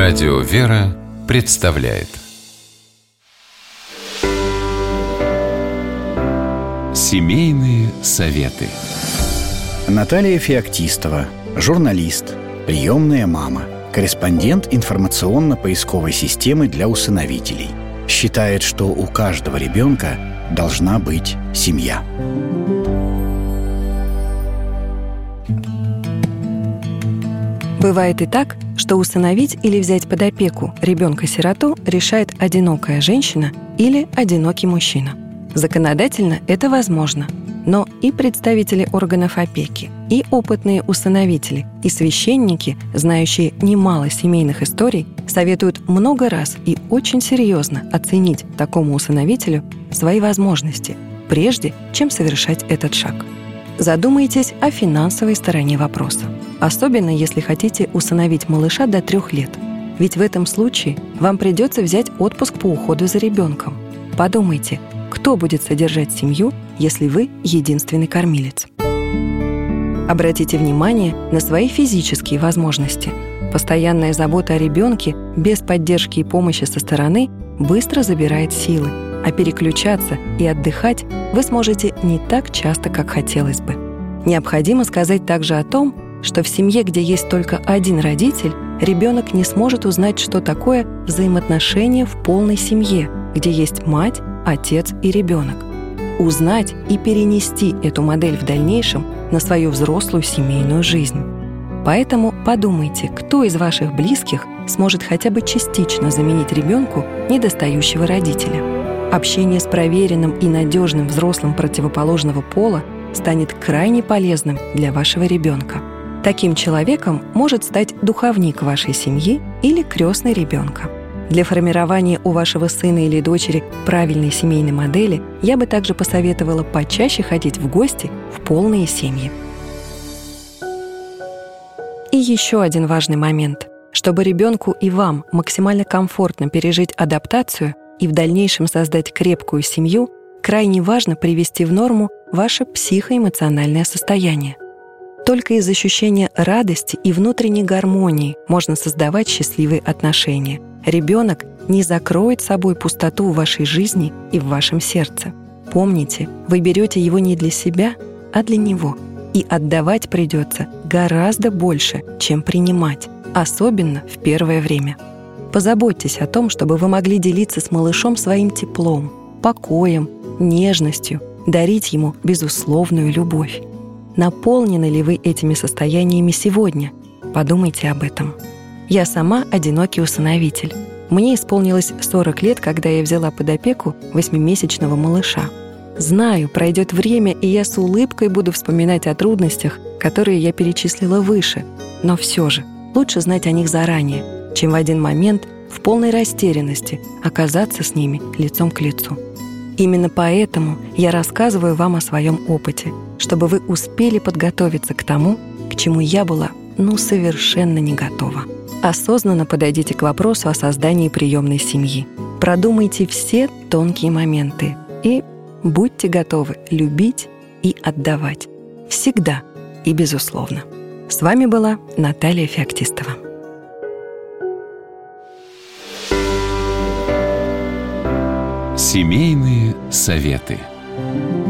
Радио «Вера» представляет Семейные советы. Наталья Феоктистова, журналист, приемная мама, корреспондент информационно-поисковой системы для усыновителей, считает, что у каждого ребенка должна быть семья. Бывает и так, что усыновить или взять под опеку ребенка-сироту решает одинокая женщина или одинокий мужчина. Законодательно это возможно, но и представители органов опеки, и опытные усыновители, и священники, знающие немало семейных историй, советуют много раз и очень серьезно оценить такому усыновителю свои возможности, прежде чем совершать этот шаг. Задумайтесь о финансовой стороне вопроса. Особенно, если хотите усыновить малыша до 3 лет. Ведь в этом случае вам придется взять отпуск по уходу за ребенком. Подумайте, кто будет содержать семью, если вы единственный кормилец. Обратите внимание на свои физические возможности. Постоянная забота о ребенке без поддержки и помощи со стороны быстро забирает силы, а переключаться и отдыхать вы сможете не так часто, как хотелось бы. Необходимо сказать также о том, что в семье, где есть только один родитель, ребенок не сможет узнать, что такое взаимоотношения в полной семье, где есть мать, отец и ребенок. Узнать и перенести эту модель в дальнейшем на свою взрослую семейную жизнь. Поэтому подумайте, кто из ваших близких сможет хотя бы частично заменить ребенку недостающего родителя. Общение с проверенным и надежным взрослым противоположного пола станет крайне полезным для вашего ребенка. Таким человеком может стать духовник вашей семьи или крестный ребенка. Для формирования у вашего сына или дочери правильной семейной модели я бы также посоветовала почаще ходить в гости в полные семьи. И еще один важный момент. Чтобы ребенку и вам максимально комфортно пережить адаптацию и в дальнейшем создать крепкую семью, крайне важно привести в норму ваше психоэмоциональное состояние. Только из ощущения радости и внутренней гармонии можно создавать счастливые отношения. Ребенок не закроет собой пустоту в вашей жизни и в вашем сердце. Помните, вы берете его не для себя, а для него. И отдавать придется гораздо больше, чем принимать, особенно в первое время. Позаботьтесь о том, чтобы вы могли делиться с малышом своим теплом, покоем, нежностью, дарить ему безусловную любовь. Наполнены ли вы этими состояниями сегодня? Подумайте об этом. Я сама одинокий усыновитель. Мне исполнилось 40 лет, когда я взяла под опеку 8-месячного малыша. Знаю, пройдет время, и я с улыбкой буду вспоминать о трудностях, которые я перечислила выше. Но все же лучше знать о них заранее, чем в один момент в полной растерянности оказаться с ними лицом к лицу. Именно поэтому я рассказываю вам о своем опыте, чтобы вы успели подготовиться к тому, к чему я была, совершенно не готова. Осознанно подойдите к вопросу о создании приемной семьи. Продумайте все тонкие моменты и будьте готовы любить и отдавать. Всегда и безусловно. С вами была Наталья Феоктистова. Семейные советы.